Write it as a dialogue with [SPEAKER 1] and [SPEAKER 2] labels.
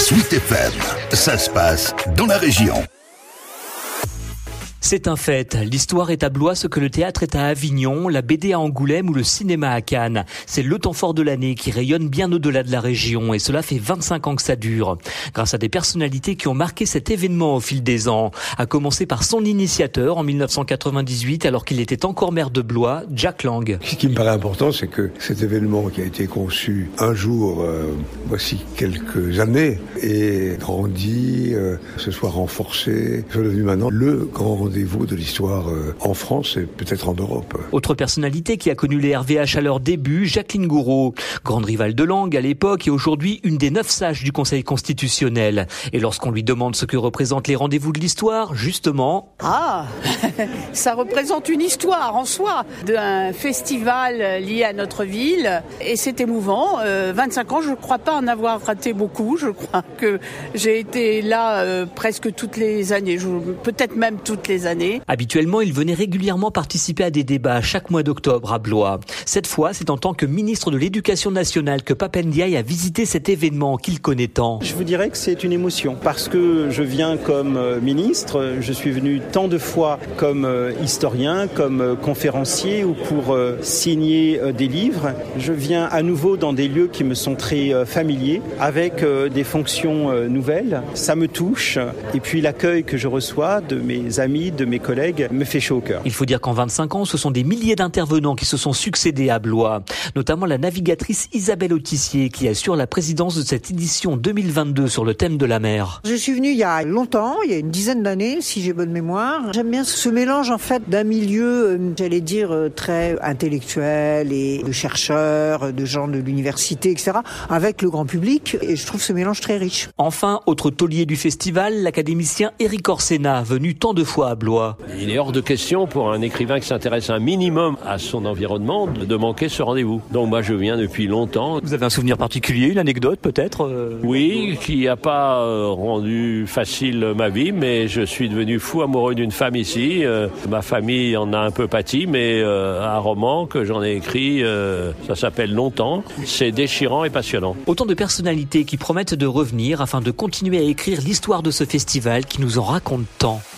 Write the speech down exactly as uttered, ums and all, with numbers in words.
[SPEAKER 1] Sweet F M, ça se passe dans la région.
[SPEAKER 2] C'est un fait. L'histoire est à Blois ce que le théâtre est à Avignon, la B D à Angoulême ou le cinéma à Cannes. C'est le temps fort de l'année qui rayonne bien au-delà de la région et cela fait vingt-cinq ans que ça dure. Grâce à des personnalités qui ont marqué cet événement au fil des ans. À commencer par son initiateur en dix-neuf cent quatre-vingt-dix-huit alors qu'il était encore maire de Blois, Jack Lang.
[SPEAKER 3] Ce qui me paraît important, c'est que cet événement qui a été conçu un jour, euh, voici quelques années, et grandi, euh, se soit renforcé, soit devenu maintenant le grand rendez-vous de l'histoire en France et peut-être en Europe.
[SPEAKER 2] Autre personnalité qui a connu les R V H à leur début, Jacqueline Gouraud, grande rivale de Lang à l'époque et aujourd'hui une des neuf sages du Conseil constitutionnel. Et lorsqu'on lui demande ce que représentent les rendez-vous de l'histoire, justement...
[SPEAKER 4] Ah, ça représente une histoire en soi, d'un festival lié à notre ville et c'est émouvant. Euh, vingt-cinq ans, je ne crois pas en avoir raté beaucoup. Je crois que j'ai été là euh, presque toutes les années, je, peut-être même toutes les années.
[SPEAKER 2] Habituellement, il venait régulièrement participer à des débats chaque mois d'octobre à Blois. Cette fois, c'est en tant que ministre de l'Éducation nationale que Pape Ndiaye a visité cet événement qu'il connaît tant.
[SPEAKER 5] Je vous dirais que c'est une émotion parce que je viens comme ministre, je suis venu tant de fois comme historien, comme conférencier ou pour signer des livres. Je viens à nouveau dans des lieux qui me sont très familiers avec des fonctions nouvelles. Ça me touche et puis l'accueil que je reçois de mes amis, de mes collègues me fait chaud au cœur.
[SPEAKER 2] Il faut dire qu'en vingt-cinq ans, ce sont des milliers d'intervenants qui se sont succédés à Blois, notamment la navigatrice Isabelle Autissier qui assure la présidence de cette édition deux mille vingt-deux sur le thème de la mer.
[SPEAKER 6] Je suis venue il y a longtemps, il y a une dizaine d'années si j'ai bonne mémoire. J'aime bien ce mélange en fait d'un milieu, j'allais dire très intellectuel et de chercheurs, de gens de l'université, et cetera, avec le grand public et je trouve ce mélange très riche.
[SPEAKER 2] Enfin, autre taulier du festival, l'académicien Éric Orsena, venu tant de fois à Blois.
[SPEAKER 7] Il est hors de question pour un écrivain qui s'intéresse un minimum à son environnement de manquer ce rendez-vous. Donc moi je viens depuis longtemps.
[SPEAKER 2] Vous avez un souvenir particulier, une anecdote peut-être euh...
[SPEAKER 7] Oui, qui n'a pas euh, rendu facile ma vie, mais je suis devenu fou amoureux d'une femme ici. Euh, ma famille en a un peu pâti, mais euh, un roman que j'en ai écrit, euh, ça s'appelle Longtemps. C'est déchirant et passionnant.
[SPEAKER 2] Autant de personnalités qui promettent de revenir afin de continuer à écrire l'histoire de ce festival qui nous en raconte tant.